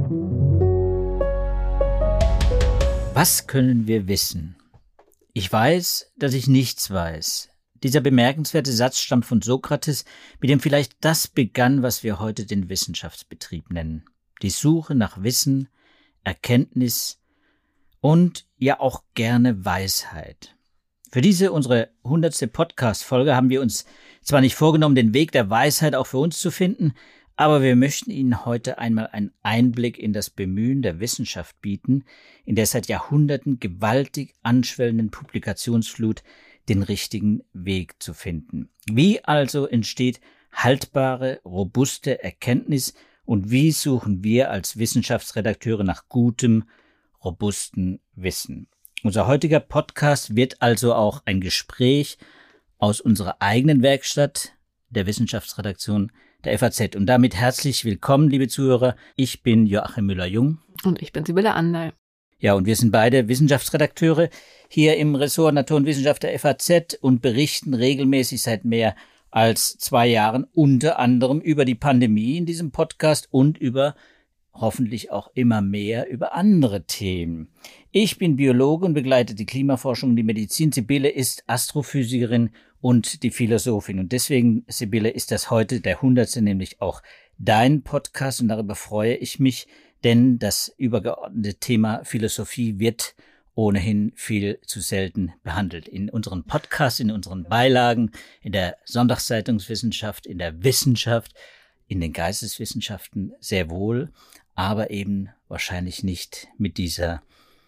Was können wir wissen? Ich weiß, dass ich nichts weiß. Dieser bemerkenswerte Satz stammt von Sokrates, mit dem vielleicht das begann, was wir heute den Wissenschaftsbetrieb nennen. Die Suche nach Wissen, Erkenntnis und ja auch gerne Weisheit. Für diese, unsere 100. Podcast-Folge, haben wir uns zwar nicht vorgenommen, den Weg der Weisheit auch für uns zu finden, aber wir möchten Ihnen heute einmal einen Einblick in das Bemühen der Wissenschaft bieten, in der seit Jahrhunderten gewaltig anschwellenden Publikationsflut den richtigen Weg zu finden. Wie also entsteht haltbare, robuste Erkenntnis und wie suchen wir als Wissenschaftsredakteure nach gutem, robusten Wissen? Unser heutiger Podcast wird also auch ein Gespräch aus unserer eigenen Werkstatt der Wissenschaftsredaktion der FAZ. Und damit herzlich willkommen, liebe Zuhörer. Ich bin Joachim Müller-Jung. Und ich bin Sibylle Anderl. Ja, und wir sind beide Wissenschaftsredakteure hier im Ressort Natur und Wissenschaft der FAZ und berichten regelmäßig seit mehr als 2 Jahren unter anderem über die Pandemie in diesem Podcast und über hoffentlich auch immer mehr über andere Themen. Ich bin Biologe und begleite die Klimaforschung und die Medizin. Sibylle ist Astrophysikerin und die Philosophin. Und deswegen, Sibylle, ist das heute der 100. nämlich auch dein Podcast. Und darüber freue ich mich, denn das übergeordnete Thema Philosophie wird ohnehin viel zu selten behandelt. In unseren Podcasts, in unseren Beilagen, in der Sonntagszeitungswissenschaft, in der Wissenschaft, in den Geisteswissenschaften sehr wohl, aber eben wahrscheinlich nicht mit dieser,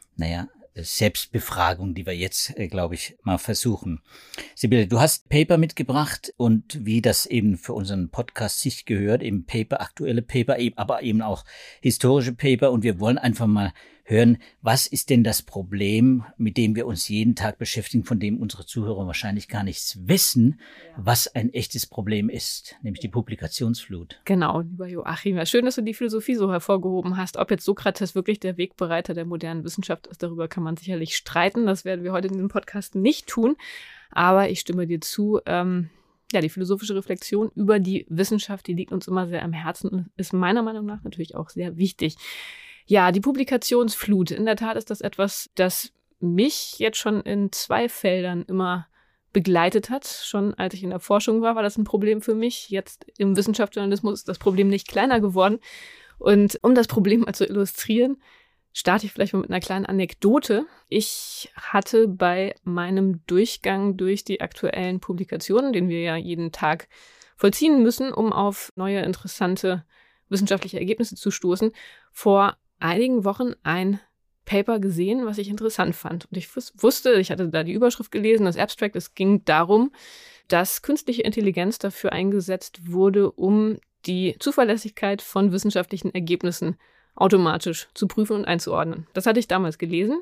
Selbstbefragung, die wir jetzt, glaube ich, mal versuchen. Sibylle, du hast Paper mitgebracht und wie das eben für unseren Podcast sich gehört, eben Paper, aktuelle Paper, aber eben auch historische Paper, und wir wollen einfach mal hören, was ist denn das Problem, mit dem wir uns jeden Tag beschäftigen, von dem unsere Zuhörer wahrscheinlich gar nichts wissen, was ein echtes Problem ist, nämlich die Publikationsflut. Genau, lieber Joachim. Ja, schön, dass du die Philosophie so hervorgehoben hast. Ob jetzt Sokrates wirklich der Wegbereiter der modernen Wissenschaft ist, darüber kann man sicherlich streiten. Das werden wir heute in diesem Podcast nicht tun. Aber ich stimme dir zu, die philosophische Reflexion über die Wissenschaft, die liegt uns immer sehr am Herzen und ist meiner Meinung nach natürlich auch sehr wichtig. Ja, die Publikationsflut. In der Tat ist das etwas, das mich jetzt schon in 2 Feldern immer begleitet hat. Schon als ich in der Forschung war das ein Problem für mich. Jetzt im Wissenschaftsjournalismus ist das Problem nicht kleiner geworden. Und um das Problem mal zu illustrieren, starte ich vielleicht mal mit einer kleinen Anekdote. Ich hatte bei meinem Durchgang durch die aktuellen Publikationen, den wir ja jeden Tag vollziehen müssen, um auf neue, interessante wissenschaftliche Ergebnisse zu stoßen, vor einigen Wochen ein Paper gesehen, was ich interessant fand. Und ich wusste, ich hatte da die Überschrift gelesen, das Abstract, es ging darum, dass künstliche Intelligenz dafür eingesetzt wurde, um die Zuverlässigkeit von wissenschaftlichen Ergebnissen automatisch zu prüfen und einzuordnen. Das hatte ich damals gelesen,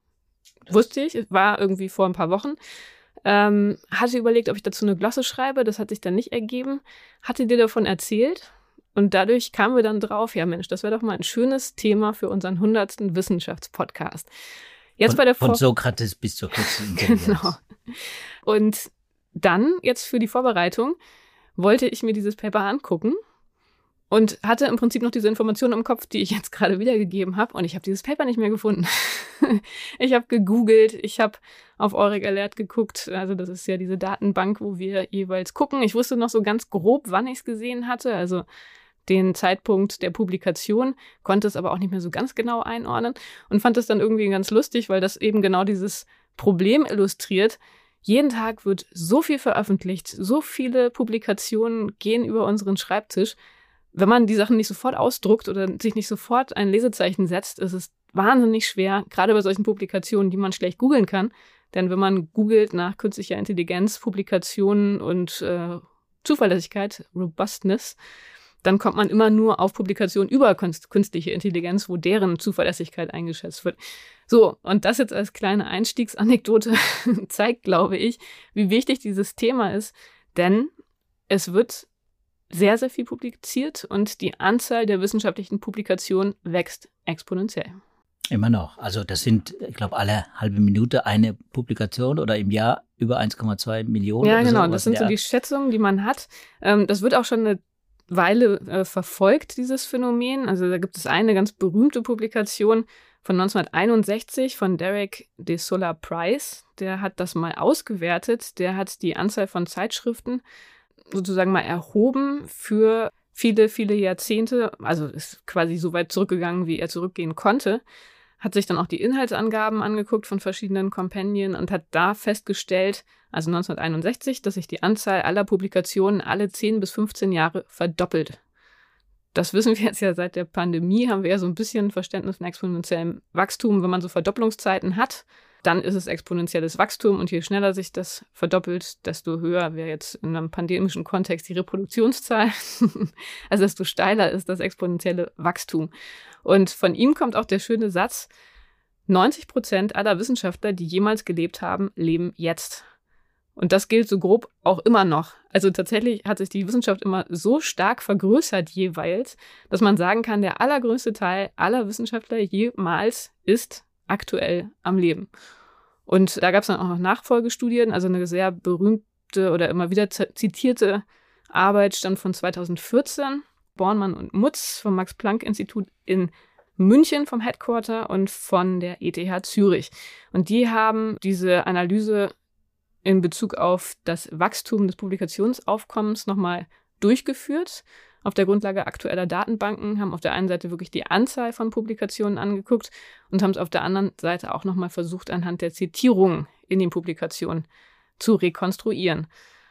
wusste ich, war irgendwie vor ein paar Wochen. Hatte überlegt, ob ich dazu eine Glosse schreibe, das hat sich dann nicht ergeben. Hatte dir davon erzählt. Und dadurch kamen wir dann drauf, ja Mensch, das wäre doch mal ein schönes Thema für unseren 100. Wissenschaftspodcast. Jetzt von Sokrates bis zur künstlichen Intelligenz. Genau. Und dann, jetzt für die Vorbereitung, wollte ich mir dieses Paper angucken und hatte im Prinzip noch diese Informationen im Kopf, die ich jetzt gerade wiedergegeben habe. Und ich habe dieses Paper nicht mehr gefunden. Ich habe gegoogelt, ich habe auf Euregg-Alert geguckt. Also das ist ja diese Datenbank, wo wir jeweils gucken. Ich wusste noch so ganz grob, wann ich es gesehen hatte. Also den Zeitpunkt der Publikation, konnte es aber auch nicht mehr so ganz genau einordnen und fand es dann irgendwie ganz lustig, weil das eben genau dieses Problem illustriert. Jeden Tag wird so viel veröffentlicht, so viele Publikationen gehen über unseren Schreibtisch. Wenn man die Sachen nicht sofort ausdruckt oder sich nicht sofort ein Lesezeichen setzt, ist es wahnsinnig schwer, gerade bei solchen Publikationen, die man schlecht googeln kann. Denn wenn man googelt nach künstlicher Intelligenz, Publikationen und Zuverlässigkeit, Robustness, dann kommt man immer nur auf Publikationen über künstliche Intelligenz, wo deren Zuverlässigkeit eingeschätzt wird. So, und das jetzt als kleine Einstiegsanekdote zeigt, glaube ich, wie wichtig dieses Thema ist, denn es wird sehr, sehr viel publiziert und die Anzahl der wissenschaftlichen Publikationen wächst exponentiell. Immer noch. Also das sind, ich glaube, alle halbe Minute eine Publikation oder im Jahr über 1,2 Millionen. Ja, genau. So, das sind so die Schätzungen, die man hat. Das wird auch schon eine Weile verfolgt, dieses Phänomen. Also da gibt es eine ganz berühmte Publikation von 1961 von Derek de Solla Price. Der hat das mal ausgewertet. Der hat die Anzahl von Zeitschriften sozusagen mal erhoben für viele, viele Jahrzehnte. Also ist quasi so weit zurückgegangen, wie er zurückgehen konnte. Hat sich dann auch die Inhaltsangaben angeguckt von verschiedenen Companion und hat da festgestellt, also 1961, dass sich die Anzahl aller Publikationen alle 10 bis 15 Jahre verdoppelt. Das wissen wir jetzt ja seit der Pandemie, haben wir ja so ein bisschen Verständnis von exponentiellem Wachstum. Wenn man so Verdopplungszeiten hat, dann ist es exponentielles Wachstum und je schneller sich das verdoppelt, desto höher wäre jetzt in einem pandemischen Kontext die Reproduktionszahl. Also desto steiler ist das exponentielle Wachstum. Und von ihm kommt auch der schöne Satz, 90% aller Wissenschaftler, die jemals gelebt haben, leben jetzt. Und das gilt so grob auch immer noch. Also tatsächlich hat sich die Wissenschaft immer so stark vergrößert jeweils, dass man sagen kann, der allergrößte Teil aller Wissenschaftler jemals ist aktuell am Leben. Und da gab es dann auch noch Nachfolgestudien, also eine sehr berühmte oder immer wieder zitierte Arbeit stammt von 2014, Bornmann und Mutz vom Max-Planck-Institut in München vom Headquarter und von der ETH Zürich. Und die haben diese Analyse in Bezug auf das Wachstum des Publikationsaufkommens nochmal durchgeführt. Auf der Grundlage aktueller Datenbanken haben auf der einen Seite wirklich die Anzahl von Publikationen angeguckt und haben es auf der anderen Seite auch nochmal versucht, anhand der Zitierungen in den Publikationen zu rekonstruieren.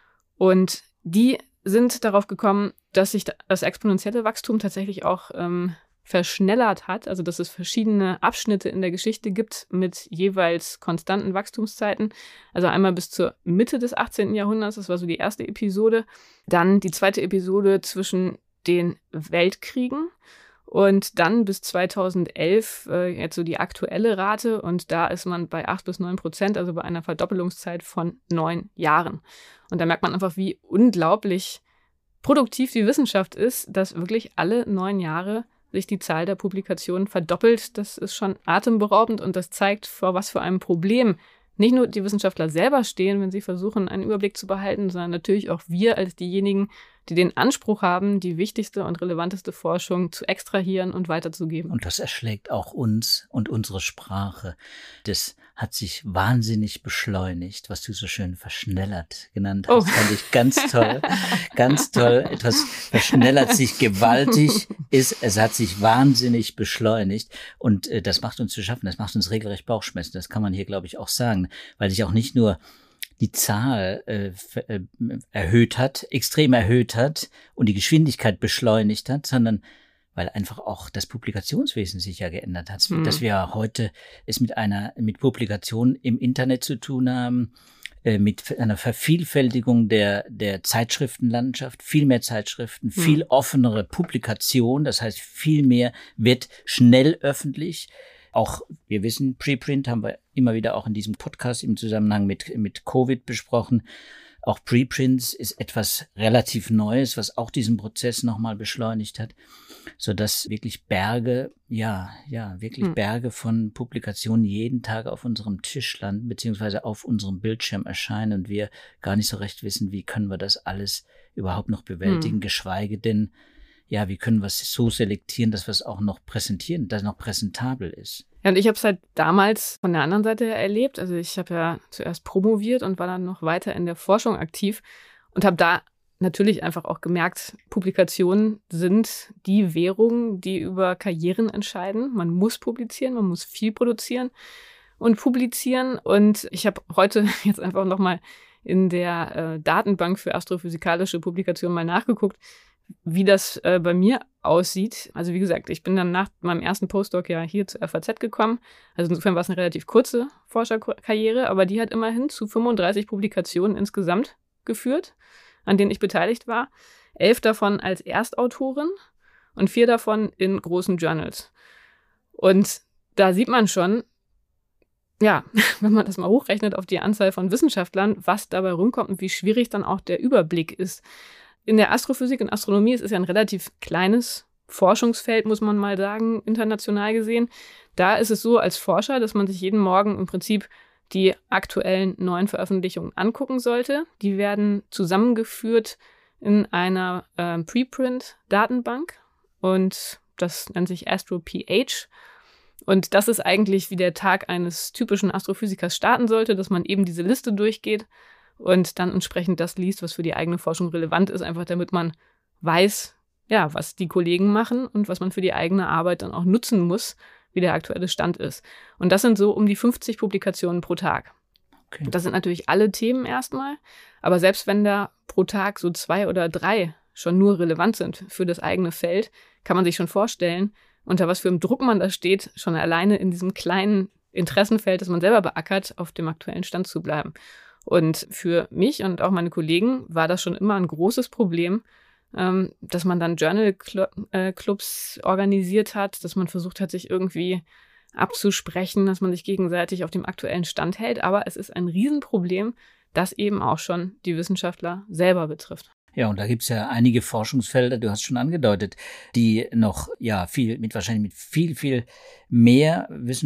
Und die sind darauf gekommen, dass sich das exponentielle Wachstum tatsächlich auch verschnellert hat, also dass es verschiedene Abschnitte in der Geschichte gibt mit jeweils konstanten Wachstumszeiten. Also einmal bis zur Mitte des 18. Jahrhunderts, das war so die erste Episode. Dann die zweite Episode zwischen den Weltkriegen und dann bis 2011 jetzt so die aktuelle Rate und da ist man bei 8 bis 9%, also bei einer Verdoppelungszeit von 9 Jahren. Und da merkt man einfach, wie unglaublich produktiv die Wissenschaft ist, dass wirklich alle 9 Jahre sich die Zahl der Publikationen verdoppelt. Das ist schon atemberaubend und das zeigt, vor was für einem Problem nicht nur die Wissenschaftler selber stehen, wenn sie versuchen, einen Überblick zu behalten, sondern natürlich auch wir als diejenigen, die den Anspruch haben, die wichtigste und relevanteste Forschung zu extrahieren und weiterzugeben. Und das erschlägt auch uns und unsere Sprache. Das hat sich wahnsinnig beschleunigt, was du so schön verschnellert genannt hast. Fand ich ganz toll. Ganz toll. Etwas verschnellert sich gewaltig. Es hat sich wahnsinnig beschleunigt. Und das macht uns zu schaffen. Das macht uns regelrecht Bauchschmerzen. Das kann man hier, glaube ich, auch sagen. Weil sich auch nicht nur die Zahl erhöht hat, extrem erhöht hat und die Geschwindigkeit beschleunigt hat, sondern weil einfach auch das Publikationswesen sich ja geändert hat. Dass wir heute es mit Publikationen im Internet zu tun haben, mit einer Vervielfältigung der Zeitschriftenlandschaft, viel mehr Zeitschriften, viel offenere Publikation, das heißt viel mehr wird schnell öffentlich. Auch, wir wissen, Preprint haben wir immer wieder auch in diesem Podcast im Zusammenhang mit Covid besprochen. Auch Preprints ist etwas relativ Neues, was auch diesen Prozess nochmal beschleunigt hat, sodass wirklich Berge von Publikationen jeden Tag auf unserem Tisch landen, beziehungsweise auf unserem Bildschirm erscheinen und wir gar nicht so recht wissen, wie können wir das alles überhaupt noch bewältigen, geschweige denn, ja, wie können wir es so selektieren, dass wir es auch noch präsentieren, dass es noch präsentabel ist. Ja, und ich habe es halt damals von der anderen Seite erlebt. Also ich habe ja zuerst promoviert und war dann noch weiter in der Forschung aktiv und habe da natürlich einfach auch gemerkt, Publikationen sind die Währung, die über Karrieren entscheiden. Man muss publizieren, man muss viel produzieren und publizieren. Und ich habe heute jetzt einfach nochmal in der Datenbank für astrophysikalische Publikationen mal nachgeguckt, wie das bei mir aussieht. Also wie gesagt, ich bin dann nach meinem ersten Postdoc ja hier zur FAZ gekommen. Also insofern war es eine relativ kurze Forscherkarriere, aber die hat immerhin zu 35 Publikationen insgesamt geführt, an denen ich beteiligt war. 11 davon als Erstautorin und 4 davon in großen Journals. Und da sieht man schon, ja, wenn man das mal hochrechnet auf die Anzahl von Wissenschaftlern, was dabei rumkommt und wie schwierig dann auch der Überblick ist. In der Astrophysik und Astronomie ist es ja ein relativ kleines Forschungsfeld, muss man mal sagen, international gesehen. Da ist es so als Forscher, dass man sich jeden Morgen im Prinzip die aktuellen neuen Veröffentlichungen angucken sollte. Die werden zusammengeführt in einer Preprint-Datenbank und das nennt sich AstroPH. Und das ist eigentlich, wie der Tag eines typischen Astrophysikers starten sollte, dass man eben diese Liste durchgeht und dann entsprechend das liest, was für die eigene Forschung relevant ist, einfach damit man weiß, ja, was die Kollegen machen und was man für die eigene Arbeit dann auch nutzen muss, wie der aktuelle Stand ist. Und das sind so um die 50 Publikationen pro Tag. Okay. Das sind natürlich alle Themen erstmal, aber selbst wenn da pro Tag so 2 oder 3 schon nur relevant sind für das eigene Feld, kann man sich schon vorstellen, unter was für einem Druck man da steht, schon alleine in diesem kleinen Interessenfeld, das man selber beackert, auf dem aktuellen Stand zu bleiben. Und für mich und auch meine Kollegen war das schon immer ein großes Problem, dass man dann Journal-Clubs organisiert hat, dass man versucht hat, sich irgendwie abzusprechen, dass man sich gegenseitig auf dem aktuellen Stand hält. Aber es ist ein Riesenproblem, das eben auch schon die Wissenschaftler selber betrifft. Ja, und da gibt's ja einige Forschungsfelder, du hast schon angedeutet, die noch wahrscheinlich mit viel mehr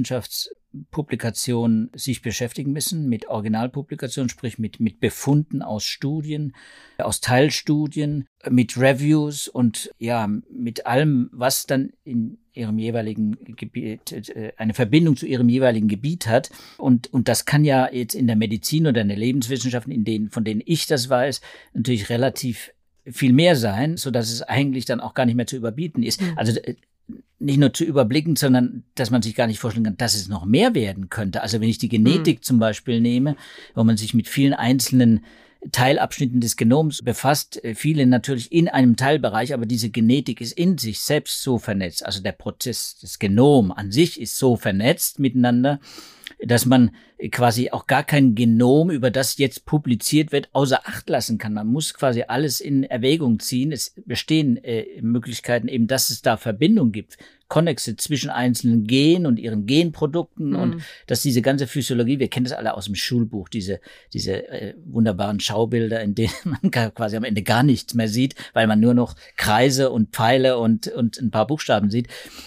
Wissenschaftspublikationen sich beschäftigen müssen, mit Originalpublikationen, sprich mit Befunden aus Studien, aus Teilstudien, mit Reviews und ja, mit allem, was dann in ihrem jeweiligen Gebiet eine Verbindung zu ihrem jeweiligen Gebiet hat. Und das kann ja jetzt in der Medizin oder in der Lebenswissenschaften, von denen ich das weiß, natürlich relativ viel mehr sein, so dass es eigentlich dann auch gar nicht mehr zu überbieten ist. Also nicht nur zu überblicken, sondern dass man sich gar nicht vorstellen kann, dass es noch mehr werden könnte. Also wenn ich die Genetik zum Beispiel nehme, wo man sich mit vielen einzelnen Teilabschnitten des Genoms befasst, viele natürlich in einem Teilbereich, aber diese Genetik ist in sich selbst so vernetzt. Also der Prozess, das Genom an sich ist so vernetzt miteinander, dass man quasi auch gar kein Genom, über das jetzt publiziert wird, außer Acht lassen kann. Man muss quasi alles in Erwägung ziehen. Es bestehen Möglichkeiten eben, dass es da Verbindungen gibt, Konnexe zwischen einzelnen Genen und ihren Genprodukten und dass diese ganze Physiologie, wir kennen das alle aus dem Schulbuch, diese wunderbaren Schaubilder, in denen man quasi am Ende gar nichts mehr sieht, weil man nur noch Kreise und Pfeile und ein paar Buchstaben sieht.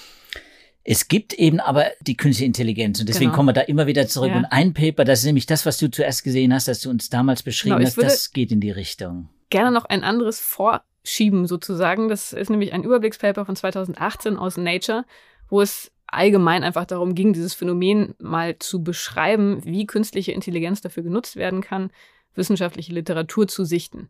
Es gibt eben aber die künstliche Intelligenz und deswegen kommen wir da immer wieder zurück. Ja. Und ein Paper, das ist nämlich das, was du zuerst gesehen hast, das du uns damals beschrieben hast, das geht in die Richtung. Gerne noch ein anderes vorschieben sozusagen. Das ist nämlich ein Überblickspaper von 2018 aus Nature, wo es allgemein einfach darum ging, dieses Phänomen mal zu beschreiben, wie künstliche Intelligenz dafür genutzt werden kann, wissenschaftliche Literatur zu sichten.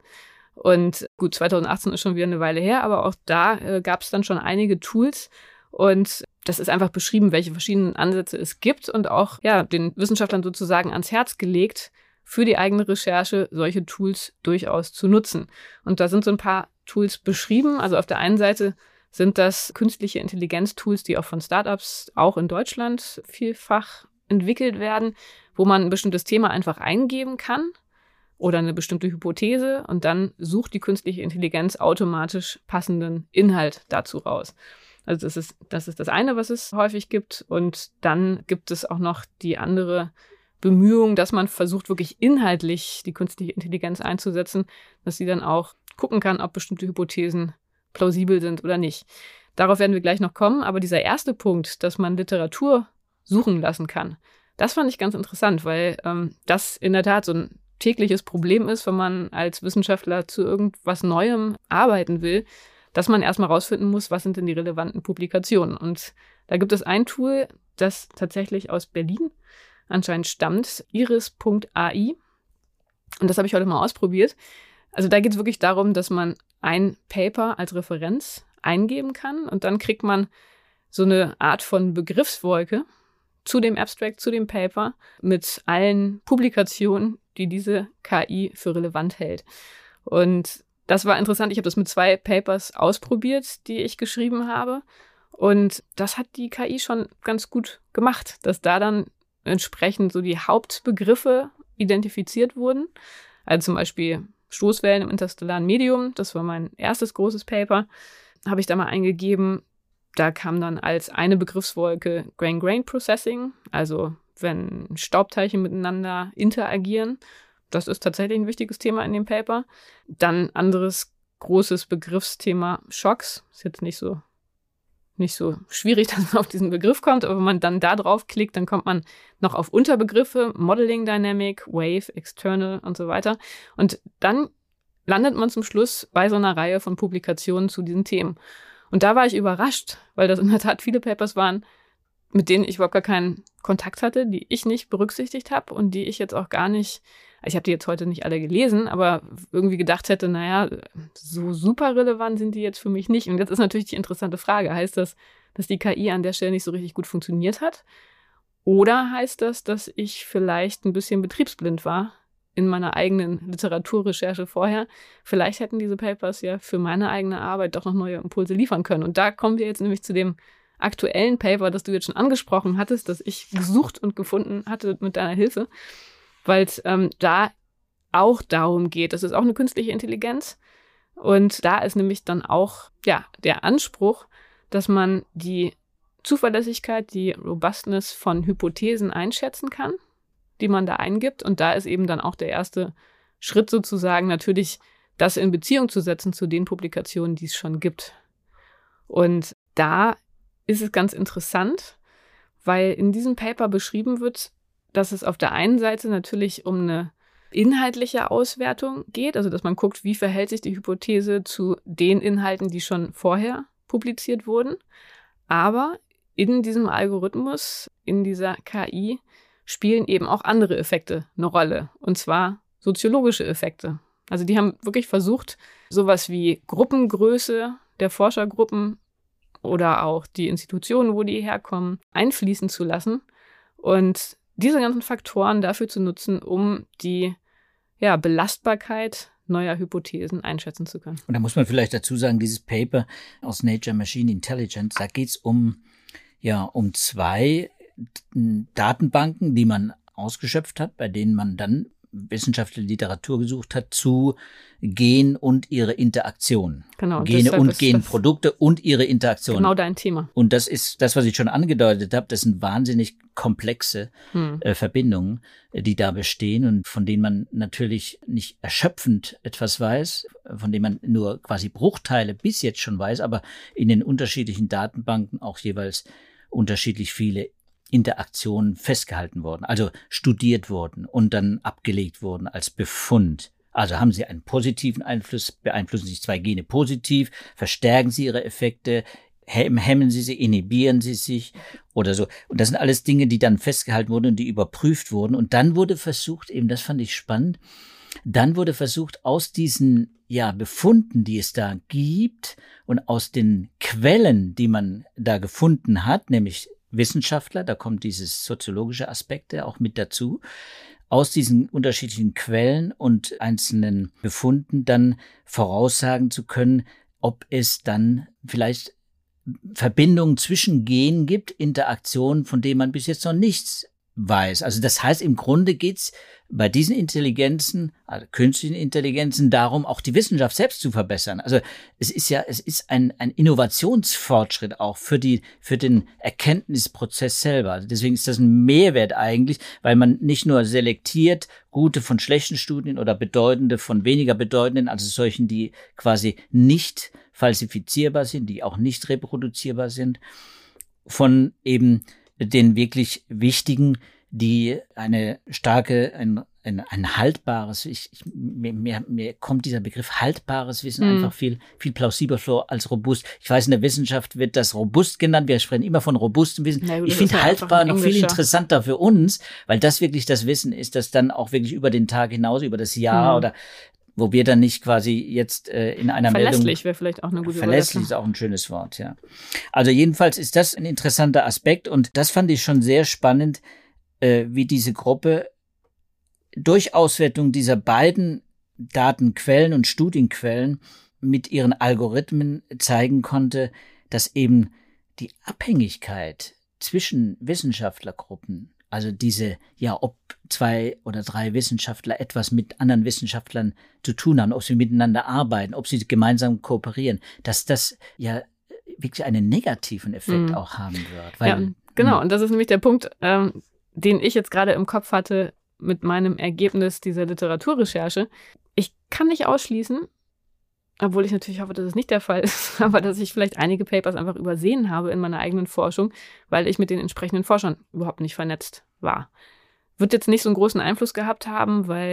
Und gut, 2018 ist schon wieder eine Weile her, aber auch da gab es dann schon einige Tools und das ist einfach beschrieben, welche verschiedenen Ansätze es gibt und auch den Wissenschaftlern sozusagen ans Herz gelegt, für die eigene Recherche solche Tools durchaus zu nutzen. Und da sind so ein paar Tools beschrieben. Also auf der einen Seite sind das künstliche Intelligenz-Tools, die auch von Startups auch in Deutschland vielfach entwickelt werden, wo man ein bestimmtes Thema einfach eingeben kann oder eine bestimmte Hypothese und dann sucht die künstliche Intelligenz automatisch passenden Inhalt dazu raus. Also das ist das eine, was es häufig gibt. Und dann gibt es auch noch die andere Bemühung, dass man versucht, wirklich inhaltlich die künstliche Intelligenz einzusetzen, dass sie dann auch gucken kann, ob bestimmte Hypothesen plausibel sind oder nicht. Darauf werden wir gleich noch kommen. Aber dieser erste Punkt, dass man Literatur suchen lassen kann, das fand ich ganz interessant, weil das in der Tat so ein tägliches Problem ist, wenn man als Wissenschaftler zu irgendwas Neuem arbeiten will, dass man erstmal rausfinden muss, was sind denn die relevanten Publikationen. Und da gibt es ein Tool, das tatsächlich aus Berlin anscheinend stammt, iris.ai. Und das habe ich heute mal ausprobiert. Also da geht es wirklich darum, dass man ein Paper als Referenz eingeben kann und dann kriegt man so eine Art von Begriffswolke zu dem Abstract, zu dem Paper mit allen Publikationen, die diese KI für relevant hält. Und das war interessant. Ich habe das mit 2 Papers ausprobiert, die ich geschrieben habe. Und das hat die KI schon ganz gut gemacht, dass da dann entsprechend so die Hauptbegriffe identifiziert wurden. Also zum Beispiel Stoßwellen im interstellaren Medium. Das war mein erstes großes Paper. Habe ich da mal eingegeben. Da kam dann als eine Begriffswolke Grain-Grain Processing, also wenn Staubteilchen miteinander interagieren. Das ist tatsächlich ein wichtiges Thema in dem Paper. Dann anderes großes Begriffsthema Shocks. Ist jetzt nicht so schwierig, dass man auf diesen Begriff kommt, aber wenn man dann da drauf klickt, dann kommt man noch auf Unterbegriffe, Modeling Dynamic, Wave, External und so weiter. Und dann landet man zum Schluss bei so einer Reihe von Publikationen zu diesen Themen. Und da war ich überrascht, weil das in der Tat viele Papers waren, mit denen ich überhaupt gar keinen Kontakt hatte, die ich nicht berücksichtigt habe und die ich jetzt auch gar nicht, ich habe die jetzt heute nicht alle gelesen, aber irgendwie gedacht hätte, naja, so super relevant sind die jetzt für mich nicht. Und jetzt ist natürlich die interessante Frage, heißt das, dass die KI an der Stelle nicht so richtig gut funktioniert hat? Oder heißt das, dass ich vielleicht ein bisschen betriebsblind war in meiner eigenen Literaturrecherche vorher? Vielleicht hätten diese Papers ja für meine eigene Arbeit doch noch neue Impulse liefern können. Und da kommen wir jetzt nämlich zu dem aktuellen Paper, das du jetzt schon angesprochen hattest, das ich gesucht und gefunden hatte mit deiner Hilfe, weil es da auch darum geht, das ist auch eine künstliche Intelligenz und da ist nämlich dann auch der Anspruch, dass man die Zuverlässigkeit, die Robustness von Hypothesen einschätzen kann, die man da eingibt, und da ist eben dann auch der erste Schritt sozusagen natürlich, das in Beziehung zu setzen zu den Publikationen, die es schon gibt. Und da ist es ganz interessant, weil in diesem Paper beschrieben wird, dass es auf der einen Seite natürlich um eine inhaltliche Auswertung geht, also dass man guckt, wie verhält sich die Hypothese zu den Inhalten, die schon vorher publiziert wurden. Aber in diesem Algorithmus, in dieser KI, spielen eben auch andere Effekte eine Rolle, und zwar soziologische Effekte. Also die haben wirklich versucht, sowas wie Gruppengröße der Forschergruppen oder auch die Institutionen, wo die herkommen, einfließen zu lassen und diese ganzen Faktoren dafür zu nutzen, um die Belastbarkeit neuer Hypothesen einschätzen zu können. Und da muss man vielleicht dazu sagen, dieses Paper aus Nature Machine Intelligence, da geht es um 2 Datenbanken, die man ausgeschöpft hat, bei denen man dann wissenschaftliche Literatur gesucht hat zu Gen und ihre Interaktion. Genau. Gene und Genprodukte und ihre Interaktion. Genau dein Thema. Und das ist das, was ich schon angedeutet habe. Das sind wahnsinnig komplexe Verbindungen, die da bestehen und von denen man natürlich nicht erschöpfend etwas weiß, von denen man nur quasi Bruchteile bis jetzt schon weiß, aber in den unterschiedlichen Datenbanken auch jeweils unterschiedlich viele Interaktionen festgehalten worden, also studiert wurden und dann abgelegt wurden als Befund. Also haben sie einen positiven Einfluss, beeinflussen sich 2 Gene positiv, verstärken sie ihre Effekte, hemmen sie inhibieren sie sich oder so. Und das sind alles Dinge, die dann festgehalten wurden und die überprüft wurden. Und dann wurde versucht, eben das fand ich spannend, dann wurde versucht, aus diesen Befunden, die es da gibt und aus den Quellen, die man da gefunden hat, nämlich Wissenschaftler, da kommt dieses soziologische Aspekte auch mit dazu, aus diesen unterschiedlichen Quellen und einzelnen Befunden dann voraussagen zu können, ob es dann vielleicht Verbindungen zwischen Genen gibt, Interaktionen, von denen man bis jetzt noch nichts weiß. Also das heißt, im Grunde geht's bei diesen Intelligenzen, also künstlichen Intelligenzen, darum, auch die Wissenschaft selbst zu verbessern. Also es ist ein Innovationsfortschritt auch für den Erkenntnisprozess selber. Also deswegen ist das ein Mehrwert eigentlich, weil man nicht nur selektiert gute von schlechten Studien oder bedeutende von weniger bedeutenden, also solchen, die quasi nicht falsifizierbar sind, die auch nicht reproduzierbar sind, von eben den wirklich wichtigen, die eine starke, ein haltbares, mir kommt dieser Begriff haltbares Wissen einfach viel plausibler vor als robust. Ich weiß, in der Wissenschaft wird das robust genannt. Wir sprechen immer von robustem Wissen. Gut, ich finde haltbar noch viel interessanter für uns, weil das wirklich das Wissen ist, das dann auch wirklich über den Tag hinaus, über das Jahr oder wo wir dann nicht quasi jetzt in einer verlässlich wäre vielleicht auch eine gute Verlässlich ist auch ein schönes Wort, ja. Also jedenfalls ist das ein interessanter Aspekt und das fand ich schon sehr spannend, wie diese Gruppe durch Auswertung dieser beiden Datenquellen und Studienquellen mit ihren Algorithmen zeigen konnte, dass eben die Abhängigkeit zwischen Wissenschaftlergruppen, also diese, ob 2 oder 3 Wissenschaftler etwas mit anderen Wissenschaftlern zu tun haben, ob sie miteinander arbeiten, ob sie gemeinsam kooperieren, dass das wirklich einen negativen Effekt auch haben wird. Weil, genau. Und das ist nämlich der Punkt, den ich jetzt gerade im Kopf hatte mit meinem Ergebnis dieser Literaturrecherche. Ich kann nicht ausschließen, obwohl ich natürlich hoffe, dass es nicht der Fall ist, aber dass ich vielleicht einige Papers einfach übersehen habe in meiner eigenen Forschung, weil ich mit den entsprechenden Forschern überhaupt nicht vernetzt war. Wird jetzt nicht so einen großen Einfluss gehabt haben, weil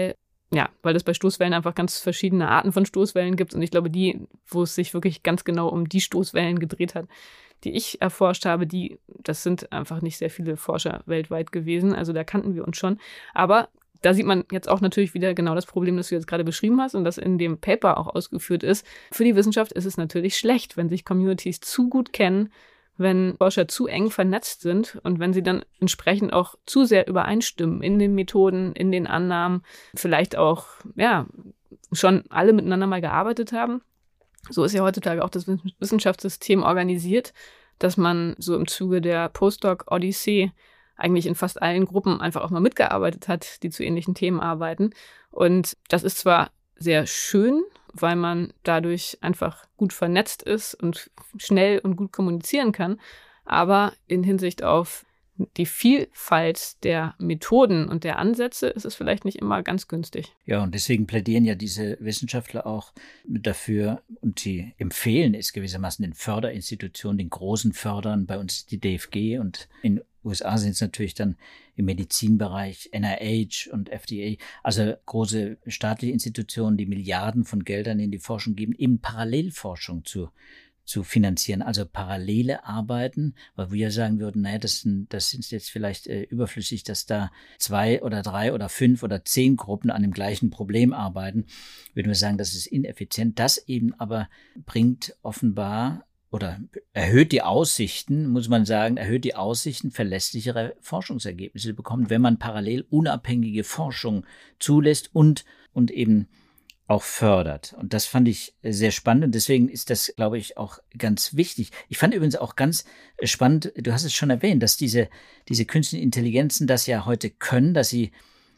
Ja, weil es bei Stoßwellen einfach ganz verschiedene Arten von Stoßwellen gibt. Und ich glaube, wo es sich wirklich ganz genau um die Stoßwellen gedreht hat, die ich erforscht habe, das sind einfach nicht sehr viele Forscher weltweit gewesen. Also da kannten wir uns schon. Aber da sieht man jetzt auch natürlich wieder genau das Problem, das du jetzt gerade beschrieben hast und das in dem Paper auch ausgeführt ist. Für die Wissenschaft ist es natürlich schlecht, wenn sich Communities zu gut kennen, wenn Forscher zu eng vernetzt sind und wenn sie dann entsprechend auch zu sehr übereinstimmen in den Methoden, in den Annahmen, vielleicht auch, ja, schon alle miteinander mal gearbeitet haben. So ist ja heutzutage auch das Wissenschaftssystem organisiert, dass man so im Zuge der Postdoc-Odyssee eigentlich in fast allen Gruppen einfach auch mal mitgearbeitet hat, die zu ähnlichen Themen arbeiten. Und das ist zwar sehr schön, weil man dadurch einfach gut vernetzt ist und schnell und gut kommunizieren kann, aber in Hinsicht auf die Vielfalt der Methoden und der Ansätze ist es vielleicht nicht immer ganz günstig. Ja, und deswegen plädieren ja diese Wissenschaftler auch dafür und sie empfehlen es gewissermaßen den Förderinstitutionen, den großen Fördern, bei uns die DFG und in USA sind es natürlich dann im Medizinbereich NIH und FDA, also große staatliche Institutionen, die Milliarden von Geldern in die Forschung geben, eben Parallelforschung zu finanzieren, also parallele Arbeiten, weil wir sagen würden, naja, das sind jetzt vielleicht überflüssig, dass da 2 oder 3 oder 5 oder 10 Gruppen an dem gleichen Problem arbeiten, würden wir sagen, das ist ineffizient. Das eben aber bringt offenbar oder erhöht die Aussichten, muss man sagen, verlässlichere Forschungsergebnisse zu bekommen, wenn man parallel unabhängige Forschung zulässt und eben auch fördert. Und das fand ich sehr spannend und deswegen ist das, glaube ich, auch ganz wichtig. Ich fand übrigens auch ganz spannend, du hast es schon erwähnt, dass diese künstlichen Intelligenzen das ja heute können, dass sie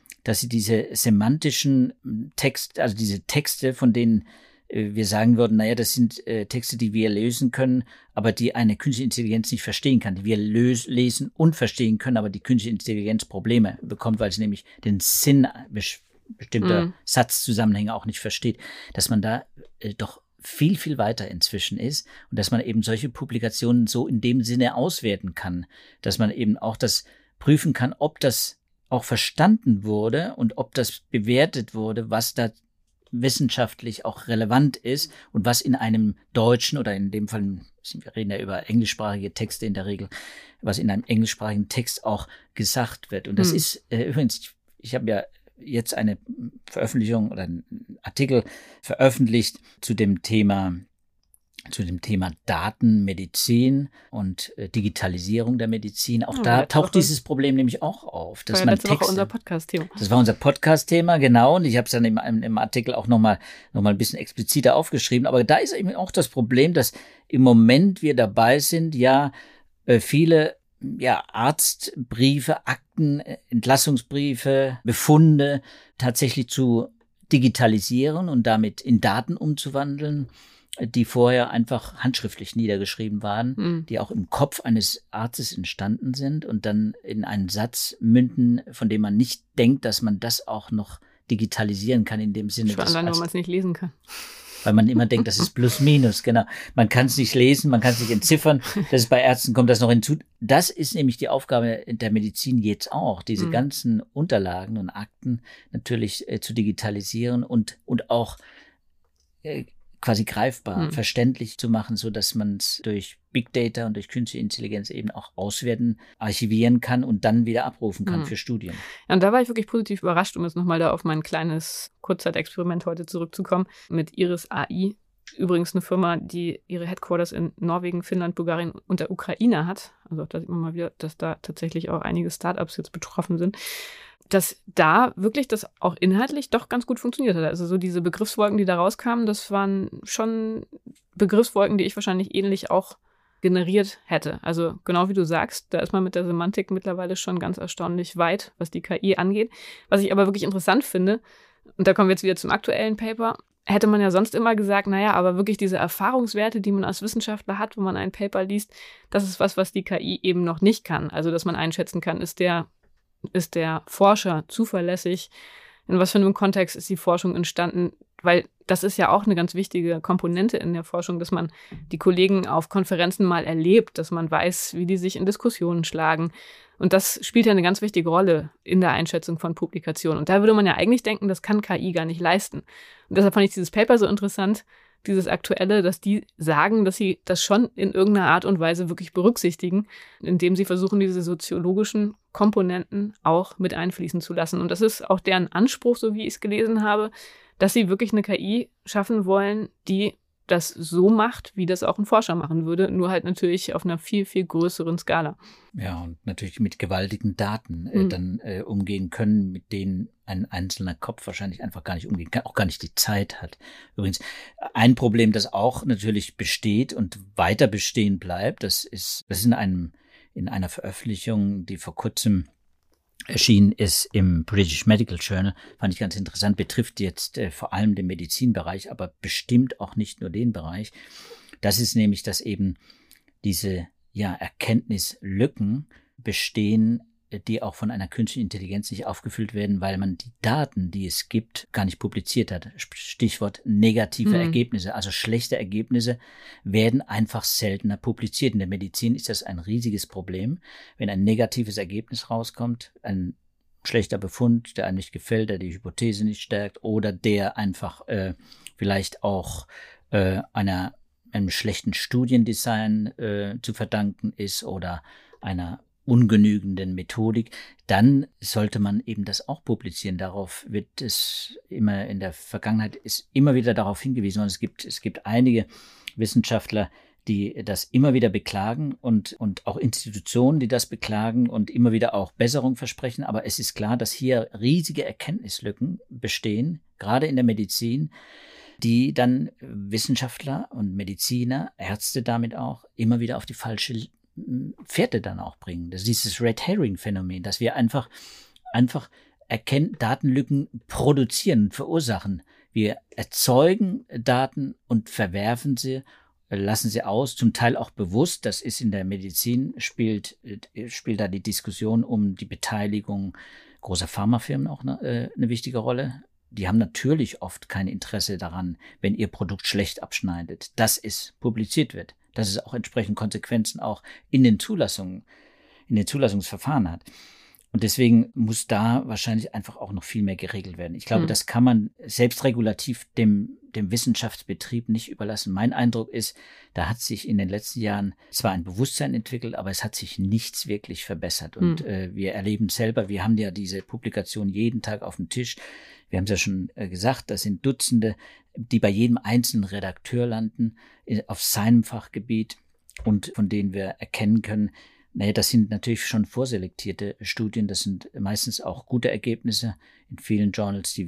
diese semantischen also diese Texte, von denen wir sagen würden, naja, das sind Texte, die wir lösen können, aber die eine künstliche Intelligenz nicht verstehen kann, die wir lesen und verstehen können, aber die künstliche Intelligenz Probleme bekommt, weil sie nämlich den Sinn bestimmter Satzzusammenhänge auch nicht versteht, dass man da doch viel, viel weiter inzwischen ist und dass man eben solche Publikationen so in dem Sinne auswerten kann, dass man eben auch das prüfen kann, ob das auch verstanden wurde und ob das bewertet wurde, was da wissenschaftlich auch relevant ist und was in einem deutschen oder in dem Fall, wir reden ja über englischsprachige Texte in der Regel, was in einem englischsprachigen Text auch gesagt wird. Und das ist übrigens, ich habe ja jetzt eine Veröffentlichung oder einen Artikel veröffentlicht zu dem Thema Datenmedizin und Digitalisierung der Medizin. Auch da taucht dieses Problem nämlich auch auf. Das war letzte Woche unser Podcast-Thema. Das war unser Podcast-Thema, genau. Und ich habe es dann im Artikel auch noch mal ein bisschen expliziter aufgeschrieben. Aber da ist eben auch das Problem, dass im Moment wir dabei sind, viele Arztbriefe, Akten, Entlassungsbriefe, Befunde tatsächlich zu digitalisieren und damit in Daten umzuwandeln, die vorher einfach handschriftlich niedergeschrieben waren, die auch im Kopf eines Arztes entstanden sind und dann in einen Satz münden, von dem man nicht denkt, dass man das auch noch digitalisieren kann in dem Sinne. Schon allein, wenn man es nicht lesen kann. Weil man immer denkt, das ist plus minus, genau. Man kann es nicht lesen, man kann es nicht entziffern. Das ist bei Ärzten, kommt das noch hinzu. Das ist nämlich die Aufgabe der Medizin jetzt auch, diese ganzen Unterlagen und Akten natürlich zu digitalisieren und auch quasi greifbar, verständlich zu machen, so dass man es durch Big Data und durch künstliche Intelligenz eben auch auswerten, archivieren kann und dann wieder abrufen kann für Studien. Ja, und da war ich wirklich positiv überrascht, um jetzt nochmal da auf mein kleines Kurzzeitexperiment heute zurückzukommen, mit Iris AI. Übrigens eine Firma, die ihre Headquarters in Norwegen, Finnland, Bulgarien und der Ukraine hat. Also da sieht man mal wieder, dass da tatsächlich auch einige Startups jetzt betroffen sind. Dass da wirklich das auch inhaltlich doch ganz gut funktioniert hat. Also so diese Begriffswolken, die da rauskamen, das waren schon Begriffswolken, die ich wahrscheinlich ähnlich auch generiert hätte. Also genau wie du sagst, da ist man mit der Semantik mittlerweile schon ganz erstaunlich weit, was die KI angeht. Was ich aber wirklich interessant finde, und da kommen wir jetzt wieder zum aktuellen Paper, hätte man ja sonst immer gesagt, naja, aber wirklich diese Erfahrungswerte, die man als Wissenschaftler hat, wenn man ein Paper liest, das ist was die KI eben noch nicht kann. Also dass man einschätzen kann, ist der Forscher zuverlässig? in was für einem Kontext ist die Forschung entstanden, weil das ist ja auch eine ganz wichtige Komponente in der Forschung, dass man die Kollegen auf Konferenzen mal erlebt, dass man weiß, wie die sich in Diskussionen schlagen. Und das spielt ja eine ganz wichtige Rolle in der Einschätzung von Publikationen. Und da würde man ja eigentlich denken, das kann KI gar nicht leisten. Und deshalb fand ich dieses Paper so interessant, dieses Aktuelle, dass die sagen, dass sie das schon in irgendeiner Art und Weise wirklich berücksichtigen, indem sie versuchen, diese soziologischen Komponenten auch mit einfließen zu lassen. Und das ist auch deren Anspruch, so wie ich es gelesen habe, dass sie wirklich eine KI schaffen wollen, die das so macht, wie das auch ein Forscher machen würde, nur halt natürlich auf einer viel, viel größeren Skala. Ja, und natürlich mit gewaltigen Daten dann umgehen können, mit denen ein einzelner Kopf wahrscheinlich einfach gar nicht umgehen kann, auch gar nicht die Zeit hat. Übrigens, ein Problem, das auch natürlich besteht und weiter bestehen bleibt, das ist in einer Veröffentlichung, die vor kurzem erschienen ist im British Medical Journal, fand ich ganz interessant, betrifft jetzt vor allem den Medizinbereich, aber bestimmt auch nicht nur den Bereich. Das ist nämlich, dass eben diese Erkenntnislücken bestehen, die auch von einer künstlichen Intelligenz nicht aufgefüllt werden, weil man die Daten, die es gibt, gar nicht publiziert hat. Stichwort negative Ergebnisse, also schlechte Ergebnisse werden einfach seltener publiziert. In der Medizin ist das ein riesiges Problem. Wenn ein negatives Ergebnis rauskommt, ein schlechter Befund, der einem nicht gefällt, der die Hypothese nicht stärkt oder der einfach vielleicht auch einem schlechten Studiendesign zu verdanken ist oder einer ungenügenden Methodik, dann sollte man eben das auch publizieren. Darauf wird es immer in der Vergangenheit ist immer wieder darauf hingewiesen. Und es gibt einige Wissenschaftler, die das immer wieder beklagen und auch Institutionen, die das beklagen und immer wieder auch Besserung versprechen. Aber es ist klar, dass hier riesige Erkenntnislücken bestehen, gerade in der Medizin, die dann Wissenschaftler und Mediziner, Ärzte damit auch, immer wieder auf die falsche Fährte dann auch bringen. Das ist dieses Red Herring Phänomen, dass wir einfach Datenlücken produzieren, verursachen. Wir erzeugen Daten und verwerfen sie, lassen sie aus, zum Teil auch bewusst. Das ist in der Medizin, spielt da die Diskussion um die Beteiligung großer Pharmafirmen auch eine wichtige Rolle. Die haben natürlich oft kein Interesse daran, wenn ihr Produkt schlecht abschneidet, dass es publiziert wird, dass es auch entsprechend Konsequenzen auch in den Zulassungsverfahren hat. Und deswegen muss da wahrscheinlich einfach auch noch viel mehr geregelt werden. Ich glaube, das kann man selbstregulativ dem Wissenschaftsbetrieb nicht überlassen. Mein Eindruck ist, da hat sich in den letzten Jahren zwar ein Bewusstsein entwickelt, aber es hat sich nichts wirklich verbessert. Und wir erleben selber, wir haben ja diese Publikation jeden Tag auf dem Tisch. Wir haben es ja schon gesagt, das sind Dutzende, die bei jedem einzelnen Redakteur landen, auf seinem Fachgebiet und von denen wir erkennen können, das sind natürlich schon vorselektierte Studien, das sind meistens auch gute Ergebnisse in vielen Journals, die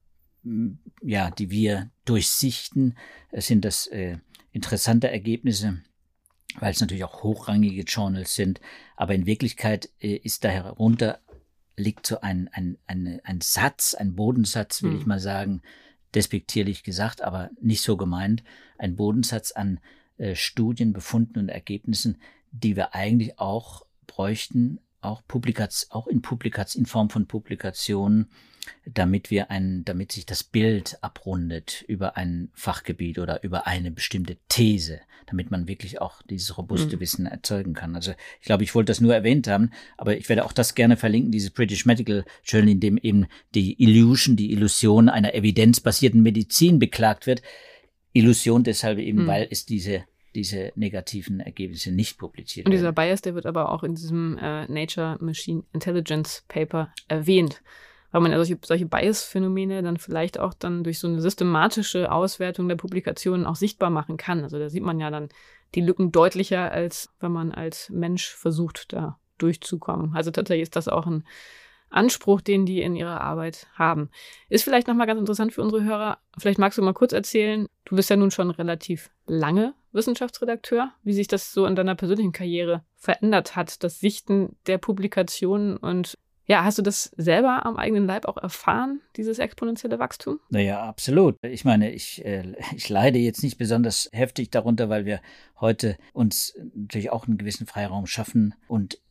wir durchsichten, sind das interessante Ergebnisse, weil es natürlich auch hochrangige Journals sind, aber in Wirklichkeit ist da herunter liegt so ein Satz, ein Bodensatz, will ich mal sagen, despektierlich gesagt, aber nicht so gemeint, ein Bodensatz an Studien, Befunden und Ergebnissen, die wir eigentlich auch bräuchten, auch in Form von Publikationen, damit sich das Bild abrundet über ein Fachgebiet oder über eine bestimmte These, damit man wirklich auch dieses robuste Wissen erzeugen kann. Also ich glaube, ich wollte das nur erwähnt haben, aber ich werde auch das gerne verlinken, dieses British Medical Journal, in dem eben die Illusion einer evidenzbasierten Medizin beklagt wird. Illusion deshalb eben, weil es diese negativen Ergebnisse nicht publiziert werden. Und dieser Bias, der wird aber auch in diesem Nature Machine Intelligence Paper erwähnt, weil man ja solche Bias-Phänomene dann vielleicht auch dann durch so eine systematische Auswertung der Publikationen auch sichtbar machen kann. Also da sieht man ja dann die Lücken deutlicher, als wenn man als Mensch versucht, da durchzukommen. Also tatsächlich ist das auch ein Anspruch, den die in ihrer Arbeit haben. Ist vielleicht nochmal ganz interessant für unsere Hörer. Vielleicht magst du mal kurz erzählen, du bist ja nun schon relativ lange Wissenschaftsredakteur, wie sich das so in deiner persönlichen Karriere verändert hat, das Sichten der Publikationen und hast du das selber am eigenen Leib auch erfahren, dieses exponentielle Wachstum? Naja, absolut. Ich meine, ich leide jetzt nicht besonders heftig darunter, weil wir heute uns natürlich auch einen gewissen Freiraum schaffen und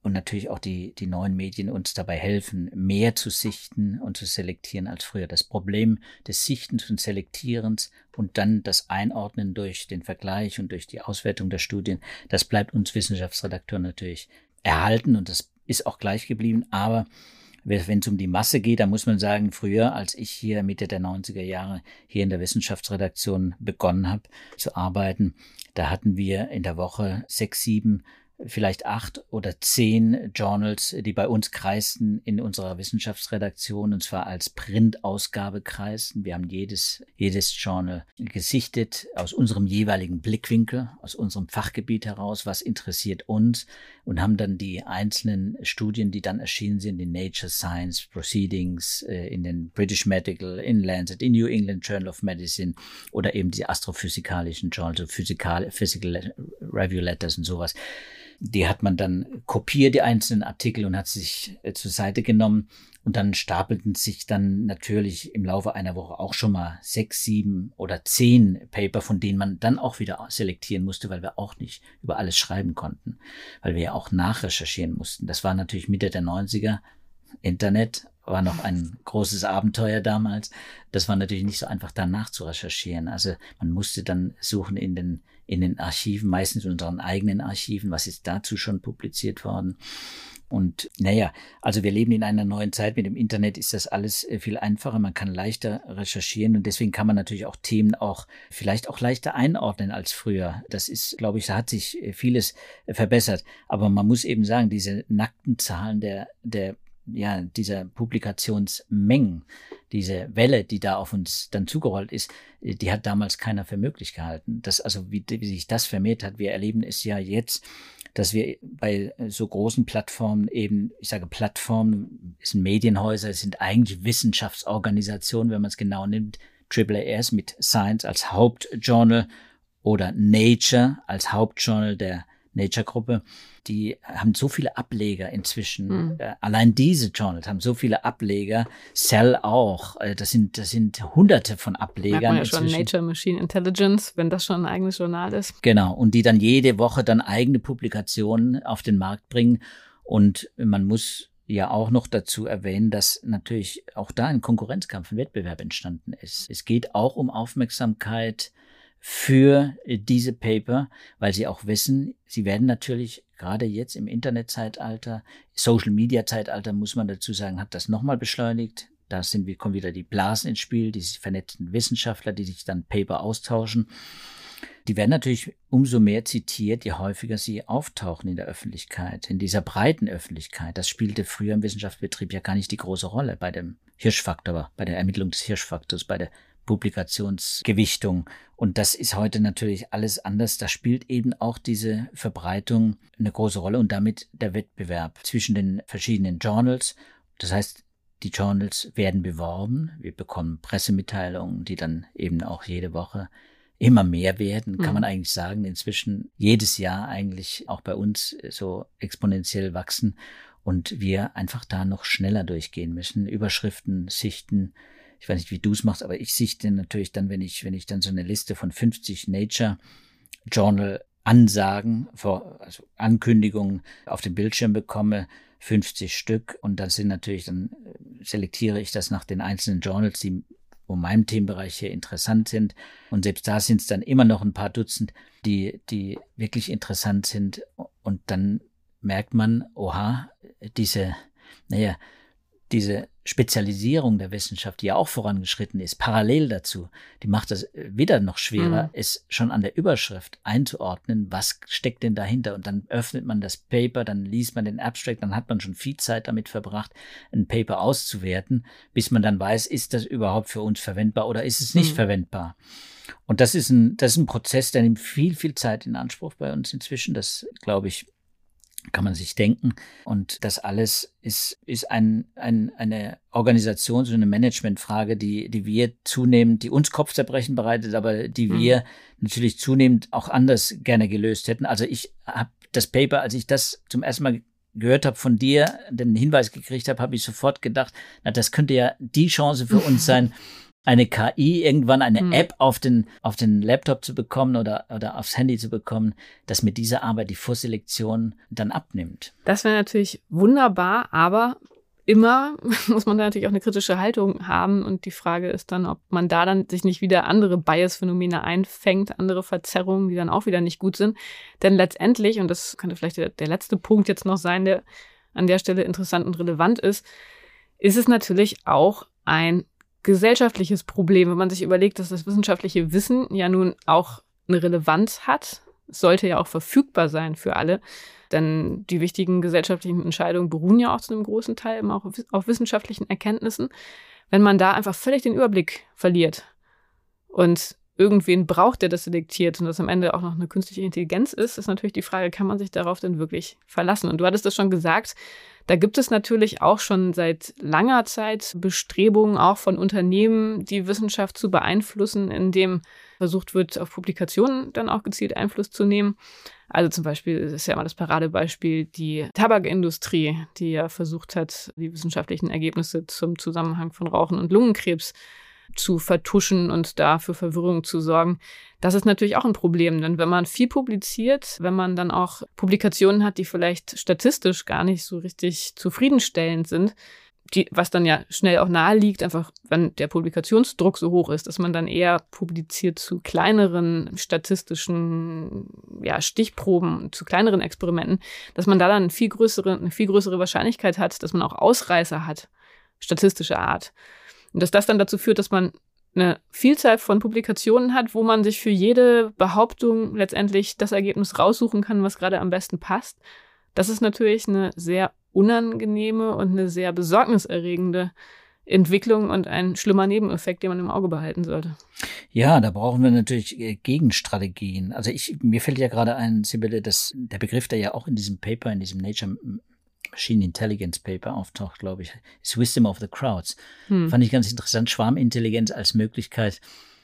und natürlich auch die neuen Medien uns dabei helfen, mehr zu sichten und zu selektieren als früher. Das Problem des Sichtens und Selektierens und dann das Einordnen durch den Vergleich und durch die Auswertung der Studien, das bleibt uns Wissenschaftsredakteuren natürlich erhalten und das ist auch gleich geblieben. Aber wenn es um die Masse geht, dann muss man sagen, früher, als ich hier Mitte der 90er Jahre hier in der Wissenschaftsredaktion begonnen habe zu arbeiten, da hatten wir in der Woche 6, 7, vielleicht 8 oder 10 Journals, die bei uns kreisten in unserer Wissenschaftsredaktion, und zwar als Printausgabe kreisten. Wir haben jedes Journal gesichtet aus unserem jeweiligen Blickwinkel, aus unserem Fachgebiet heraus, was interessiert uns, und haben dann die einzelnen Studien, die dann erschienen sind in Nature Science Proceedings, in den British Medical, in Lancet, in New England Journal of Medicine oder eben die astrophysikalischen Journals, so Physical Review Letters und sowas. Die hat man dann kopiert, die einzelnen Artikel, und hat sich zur Seite genommen. Und dann stapelten sich dann natürlich im Laufe einer Woche auch schon mal 6, 7 oder 10 Paper, von denen man dann auch wieder selektieren musste, weil wir auch nicht über alles schreiben konnten, weil wir ja auch nachrecherchieren mussten. Das war natürlich Mitte der 90er. Internet war noch ein großes Abenteuer damals. Das war natürlich nicht so einfach, danach zu recherchieren. Also man musste dann suchen in den Archiven, meistens in unseren eigenen Archiven, was ist dazu schon publiziert worden. Und also wir leben in einer neuen Zeit. Mit dem Internet ist das alles viel einfacher. Man kann leichter recherchieren und deswegen kann man natürlich auch Themen vielleicht auch leichter einordnen als früher. Das ist, glaube ich, da hat sich vieles verbessert. Aber man muss eben sagen, diese nackten Zahlen dieser Publikationsmengen, diese Welle, die da auf uns dann zugerollt ist, die hat damals keiner für möglich gehalten. Wie sich das vermehrt hat, wir erleben es ja jetzt, dass wir bei so großen Plattformen eben, ich sage Plattformen, es sind Medienhäuser, es sind eigentlich Wissenschaftsorganisationen, wenn man es genau nimmt, AAAS mit Science als Hauptjournal oder Nature als Hauptjournal der Nature-Gruppe, die haben so viele Ableger inzwischen. Allein diese Journals haben so viele Ableger. Cell auch. Das sind Hunderte von Ablegern. Merkt man ja schon Nature Machine Intelligence, wenn das schon ein eigenes Journal ist. Genau. Und die dann jede Woche dann eigene Publikationen auf den Markt bringen. Und man muss ja auch noch dazu erwähnen, dass natürlich auch da ein Konkurrenzkampf, ein Wettbewerb entstanden ist. Es geht auch um Aufmerksamkeit für diese Paper, weil sie auch wissen, sie werden natürlich gerade jetzt im Internetzeitalter, Social-Media-Zeitalter, muss man dazu sagen, hat das nochmal beschleunigt. Da kommen wieder die Blasen ins Spiel, die vernetzten Wissenschaftler, die sich dann Paper austauschen. Die werden natürlich umso mehr zitiert, je häufiger sie auftauchen in der Öffentlichkeit, in dieser breiten Öffentlichkeit. Das spielte früher im Wissenschaftsbetrieb ja gar nicht die große Rolle bei dem Hirschfaktor, bei der Ermittlung des Hirschfaktors, bei der Publikationsgewichtung. Und das ist heute natürlich alles anders. Da spielt eben auch diese Verbreitung eine große Rolle und damit der Wettbewerb zwischen den verschiedenen Journals. Das heißt, die Journals werden beworben. Wir bekommen Pressemitteilungen, die dann eben auch jede Woche immer mehr werden, kann man eigentlich sagen. Inzwischen jedes Jahr eigentlich auch bei uns so exponentiell wachsen und wir einfach da noch schneller durchgehen müssen. Überschriften sichten. Ich weiß nicht, wie du es machst, aber ich sichte natürlich dann, wenn ich dann so eine Liste von 50 Nature Journal Ansagen, also Ankündigungen auf dem Bildschirm bekomme, 50 Stück, und dann selektiere ich das nach den einzelnen Journals, die um meinem Themenbereich hier interessant sind. Und selbst da sind es dann immer noch ein paar Dutzend, die wirklich interessant sind. Und dann merkt man, oha, diese Spezialisierung der Wissenschaft, die ja auch vorangeschritten ist, parallel dazu, die macht das wieder noch schwerer, es schon an der Überschrift einzuordnen, was steckt denn dahinter. Und dann öffnet man das Paper, dann liest man den Abstract, dann hat man schon viel Zeit damit verbracht, ein Paper auszuwerten, bis man dann weiß, ist das überhaupt für uns verwendbar oder ist es nicht verwendbar. Und das ist ein Prozess, der nimmt viel, viel Zeit in Anspruch bei uns inzwischen. Das, glaube ich, kann man sich denken. Und das alles ist eine Organisations- und eine Managementfrage, die uns Kopfzerbrechen bereitet, aber die wir natürlich zunehmend auch anders gerne gelöst hätten. Also ich habe das Paper, als ich das zum ersten Mal gehört habe von dir, den Hinweis gekriegt habe, habe ich sofort gedacht, das könnte ja die Chance für uns sein, eine KI, irgendwann eine App auf den Laptop zu bekommen oder aufs Handy zu bekommen, dass mit dieser Arbeit die Vorselektion dann abnimmt. Das wäre natürlich wunderbar, aber immer muss man da natürlich auch eine kritische Haltung haben. Und die Frage ist dann, ob man da dann sich nicht wieder andere Bias-Phänomene einfängt, andere Verzerrungen, die dann auch wieder nicht gut sind. Denn letztendlich, und das könnte vielleicht der letzte Punkt jetzt noch sein, der an der Stelle interessant und relevant ist es natürlich auch ein gesellschaftliches Problem, wenn man sich überlegt, dass das wissenschaftliche Wissen ja nun auch eine Relevanz hat. Es sollte ja auch verfügbar sein für alle, denn die wichtigen gesellschaftlichen Entscheidungen beruhen ja auch zu einem großen Teil immer auch auf wissenschaftlichen Erkenntnissen. Wenn man da einfach völlig den Überblick verliert und irgendwen braucht, der das selektiert und das am Ende auch noch eine künstliche Intelligenz ist natürlich die Frage, kann man sich darauf denn wirklich verlassen? Und du hattest das schon gesagt, da gibt es natürlich auch schon seit langer Zeit Bestrebungen auch von Unternehmen, die Wissenschaft zu beeinflussen, indem versucht wird, auf Publikationen dann auch gezielt Einfluss zu nehmen. Also zum Beispiel, das ist ja immer das Paradebeispiel, die Tabakindustrie, die ja versucht hat, die wissenschaftlichen Ergebnisse zum Zusammenhang von Rauchen und Lungenkrebs zu vertuschen und da für Verwirrung zu sorgen. Das ist natürlich auch ein Problem, denn wenn man viel publiziert, wenn man dann auch Publikationen hat, die vielleicht statistisch gar nicht so richtig zufriedenstellend sind, was dann ja schnell auch nahe liegt, einfach wenn der Publikationsdruck so hoch ist, dass man dann eher publiziert zu kleineren statistischen Stichproben, zu kleineren Experimenten, dass man da dann eine viel größere Wahrscheinlichkeit hat, dass man auch Ausreißer hat, statistischer Art. Und dass das dann dazu führt, dass man eine Vielzahl von Publikationen hat, wo man sich für jede Behauptung letztendlich das Ergebnis raussuchen kann, was gerade am besten passt. Das ist natürlich eine sehr unangenehme und eine sehr besorgniserregende Entwicklung und ein schlimmer Nebeneffekt, den man im Auge behalten sollte. Ja, da brauchen wir natürlich Gegenstrategien. Also mir fällt ja gerade ein, Sibylle, dass der Begriff, der ja auch in diesem Paper, in diesem Nature Machine Intelligence Paper auftaucht, glaube ich, ist Wisdom of the Crowds. Fand ich ganz interessant, Schwarmintelligenz als Möglichkeit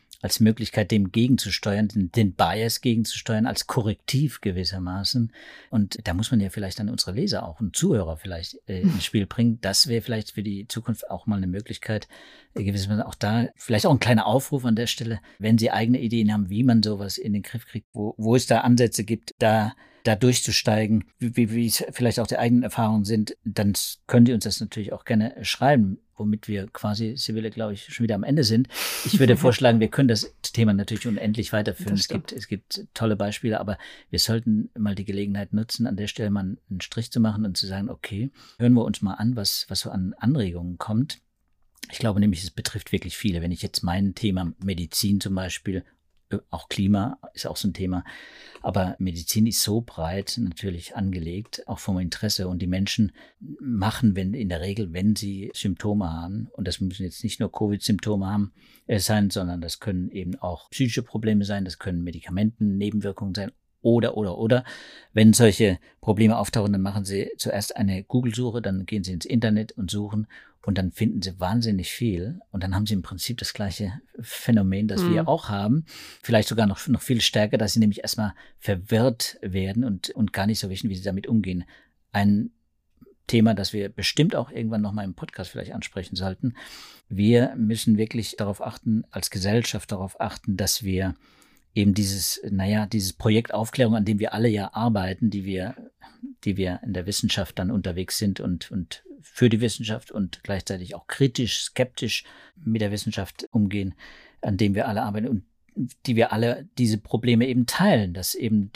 dem gegenzusteuern, den Bias gegenzusteuern, als Korrektiv gewissermaßen. Und da muss man ja vielleicht dann unsere Leser auch und Zuhörer vielleicht ins Spiel bringen. Das wäre vielleicht für die Zukunft auch mal eine Möglichkeit, gewissermaßen auch da, vielleicht auch ein kleiner Aufruf an der Stelle, wenn Sie eigene Ideen haben, wie man sowas in den Griff kriegt, wo es da Ansätze gibt, da durchzusteigen, wie es vielleicht auch die eigenen Erfahrungen sind, dann können die uns das natürlich auch gerne schreiben, womit wir quasi, Sibylle, glaube ich, schon wieder am Ende sind. Ich würde vorschlagen, wir können das Thema natürlich unendlich weiterführen. Es gibt tolle Beispiele, aber wir sollten mal die Gelegenheit nutzen, an der Stelle mal einen Strich zu machen und zu sagen, okay, hören wir uns mal an, was so an Anregungen kommt. Ich glaube nämlich, es betrifft wirklich viele. Wenn ich jetzt mein Thema Medizin zum Beispiel, auch Klima ist auch so ein Thema, aber Medizin ist so breit natürlich angelegt, auch vom Interesse, und die Menschen machen, in der Regel, wenn sie Symptome haben, und das müssen jetzt nicht nur Covid-Symptome sein, sondern das können eben auch psychische Probleme sein, das können Medikamentennebenwirkungen sein, oder. Wenn solche Probleme auftauchen, dann machen Sie zuerst eine Google-Suche, dann gehen Sie ins Internet und suchen und dann finden Sie wahnsinnig viel und dann haben Sie im Prinzip das gleiche Phänomen, das wir auch haben, vielleicht sogar noch viel stärker, dass Sie nämlich erstmal verwirrt werden und gar nicht so wissen, wie Sie damit umgehen. Ein Thema, das wir bestimmt auch irgendwann noch mal im Podcast vielleicht ansprechen sollten. Wir müssen wirklich darauf achten, als Gesellschaft darauf achten, dass wir eben dieses Projekt Aufklärung, an dem wir alle ja arbeiten, die wir in der Wissenschaft dann unterwegs sind und für die Wissenschaft und gleichzeitig auch kritisch, skeptisch mit der Wissenschaft umgehen, an dem wir alle arbeiten und die wir alle diese Probleme eben teilen, dass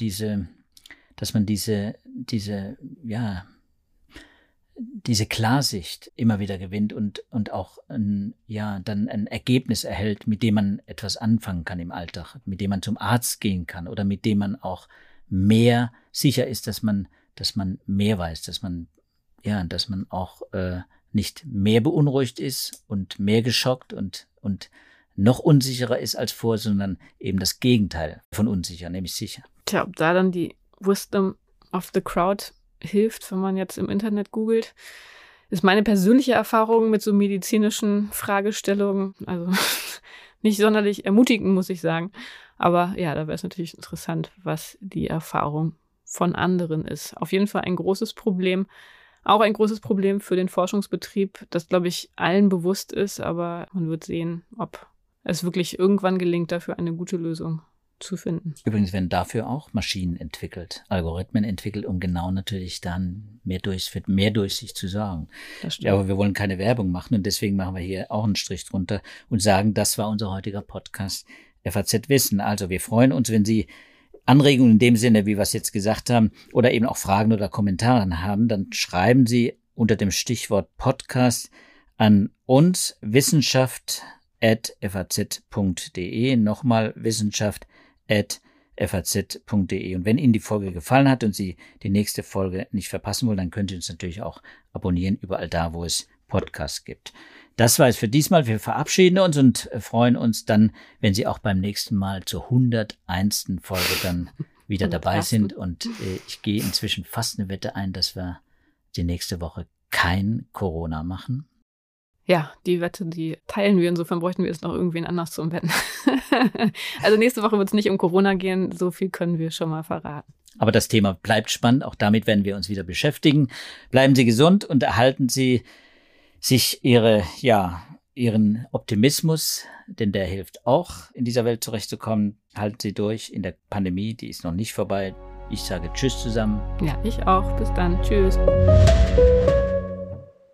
man diese Klarsicht immer wieder gewinnt und auch dann ein Ergebnis erhält, mit dem man etwas anfangen kann im Alltag, mit dem man zum Arzt gehen kann oder mit dem man auch mehr sicher ist, dass man mehr weiß, dass man auch nicht mehr beunruhigt ist und mehr geschockt und noch unsicherer ist als vorher, sondern eben das Gegenteil von unsicher, nämlich sicher. Tja, ob da dann die Wisdom of the Crowd hilft, wenn man jetzt im Internet googelt, ist meine persönliche Erfahrung mit so medizinischen Fragestellungen, also nicht sonderlich ermutigend, muss ich sagen. Aber ja, da wäre es natürlich interessant, was die Erfahrung von anderen ist. Auf jeden Fall ein großes Problem, auch ein großes Problem für den Forschungsbetrieb, das, glaube ich, allen bewusst ist, aber man wird sehen, ob es wirklich irgendwann gelingt, dafür eine gute Lösung zu finden. Übrigens werden dafür auch Maschinen entwickelt, Algorithmen entwickelt, um genau natürlich dann für mehr Durchsicht zu sorgen. Das stimmt. Ja, aber wir wollen keine Werbung machen und deswegen machen wir hier auch einen Strich drunter und sagen, das war unser heutiger Podcast FAZ Wissen. Also wir freuen uns, wenn Sie Anregungen in dem Sinne, wie wir es jetzt gesagt haben, oder eben auch Fragen oder Kommentare haben, dann schreiben Sie unter dem Stichwort Podcast an uns wissenschaft@faz.de. Nochmal wissenschaft@faz.de. Und wenn Ihnen die Folge gefallen hat und Sie die nächste Folge nicht verpassen wollen, dann können Sie uns natürlich auch abonnieren, überall da, wo es Podcasts gibt. Das war es für diesmal. Wir verabschieden uns und freuen uns dann, wenn Sie auch beim nächsten Mal zur 101. Folge dann wieder dabei sind. Und ich gehe inzwischen fast eine Wette ein, dass wir die nächste Woche kein Corona machen. Ja, die Wette, die teilen wir. Insofern bräuchten wir jetzt noch irgendwen anders zum Wetten. Also nächste Woche wird es nicht um Corona gehen. So viel können wir schon mal verraten. Aber das Thema bleibt spannend. Auch damit werden wir uns wieder beschäftigen. Bleiben Sie gesund und erhalten Sie sich Ihren Optimismus, denn der hilft auch, in dieser Welt zurechtzukommen. Halten Sie durch in der Pandemie, die ist noch nicht vorbei. Ich sage Tschüss zusammen. Ja, ich auch. Bis dann. Tschüss.